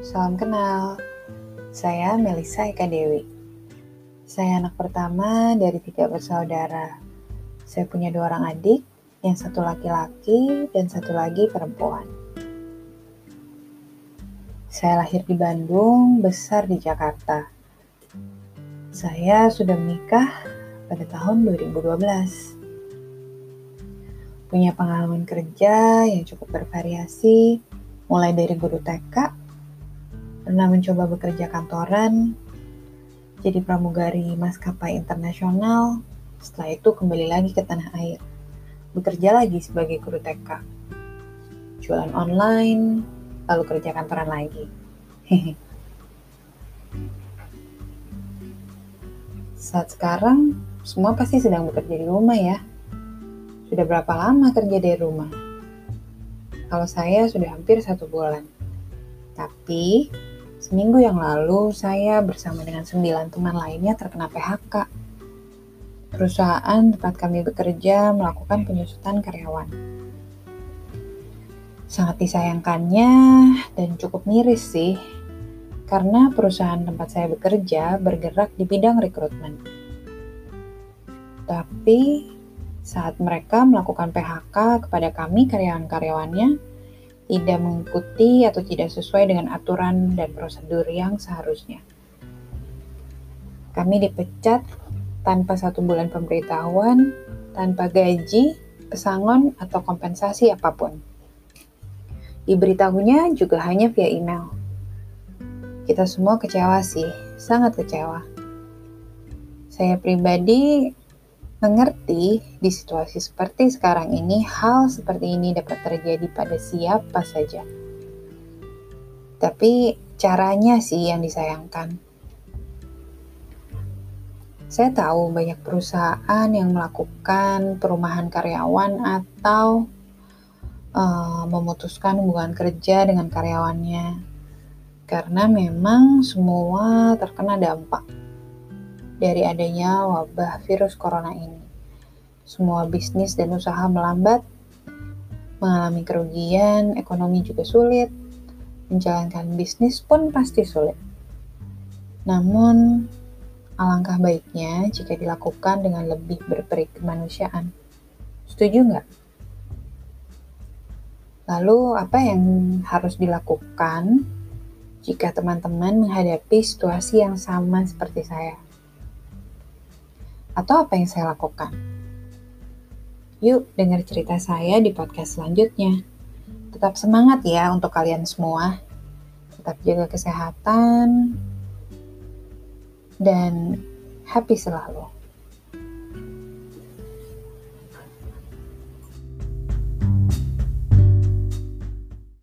Salam kenal, saya Melisa Eka Dewi. Saya anak pertama dari 3 bersaudara. Saya punya 2 orang adik, yang satu laki-laki dan satu lagi perempuan. Saya lahir di Bandung, besar di Jakarta. Saya sudah menikah pada tahun 2012. Punya pengalaman kerja yang cukup bervariasi, mulai dari guru TK, pernah mencoba bekerja kantoran, jadi pramugari maskapai internasional, setelah itu kembali lagi ke tanah air, bekerja lagi sebagai guru TK, jualan online, lalu kerja kantoran lagi. Saat sekarang, semua pasti sedang bekerja di rumah ya. Sudah berapa lama kerja dari rumah? Kalau saya sudah hampir 1 bulan. Tapi, seminggu yang lalu saya bersama dengan 9 teman lainnya terkena PHK. Perusahaan tempat kami bekerja melakukan penyusutan karyawan. Sangat disayangkannya dan cukup miris sih, karena perusahaan tempat saya bekerja bergerak di bidang rekrutmen. Tapi, saat mereka melakukan PHK kepada kami karyawan-karyawannya, tidak mengikuti atau tidak sesuai dengan aturan dan prosedur yang seharusnya. Kami dipecat tanpa 1 bulan pemberitahuan, tanpa gaji, pesangon, atau kompensasi apapun. Diberitahunya juga hanya via email. Kita semua kecewa sih, sangat kecewa. Saya pribadi mengerti di situasi seperti sekarang ini, hal seperti ini dapat terjadi pada siapa saja. Tapi caranya sih yang disayangkan. Saya tahu banyak perusahaan yang melakukan perumahan karyawan atau memutuskan hubungan kerja dengan karyawannya. Karena memang semua terkena dampak dari adanya wabah virus corona ini. Semua bisnis dan usaha melambat, mengalami kerugian, ekonomi juga sulit, menjalankan bisnis pun pasti sulit. Namun, alangkah baiknya jika dilakukan dengan lebih berperi kemanusiaan. Setuju nggak? Lalu, apa yang harus dilakukan jika teman-teman menghadapi situasi yang sama seperti saya? Atau apa yang saya lakukan? Yuk dengar cerita saya di podcast selanjutnya. Tetap semangat ya untuk kalian semua. Tetap jaga kesehatan dan happy selalu.